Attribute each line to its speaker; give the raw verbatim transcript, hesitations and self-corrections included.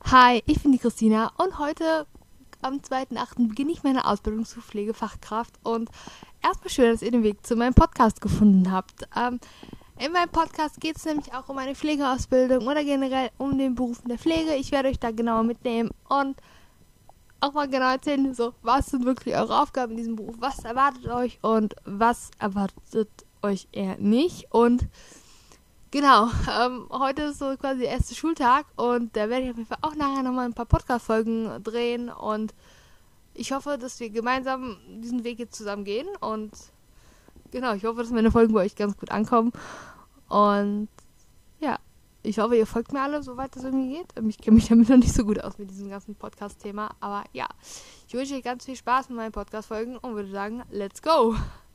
Speaker 1: Hi, ich bin die Christina und heute am zweiten achten beginne ich meine Ausbildung zur Pflegefachkraft und erstmal schön, dass ihr den Weg zu meinem Podcast gefunden habt. Ähm, in meinem Podcast geht es nämlich auch um eine Pflegeausbildung oder generell um den Beruf in der Pflege. Ich werde euch da genauer mitnehmen und auch mal genau erzählen, so, was sind wirklich eure Aufgaben in diesem Beruf, was erwartet euch und was erwartet euch eher nicht. Und genau, ähm, heute ist so quasi der erste Schultag und da werde ich auf jeden Fall auch nachher nochmal ein paar Podcast-Folgen drehen und ich hoffe, dass wir gemeinsam diesen Weg jetzt zusammen gehen und genau, ich hoffe, dass meine Folgen bei euch ganz gut ankommen und ja, ich hoffe, ihr folgt mir alle, soweit das irgendwie geht. Ich kenne mich damit noch nicht so gut aus mit diesem ganzen Podcast-Thema, aber ja, ich wünsche euch ganz viel Spaß mit meinen Podcast-Folgen und würde sagen, let's go!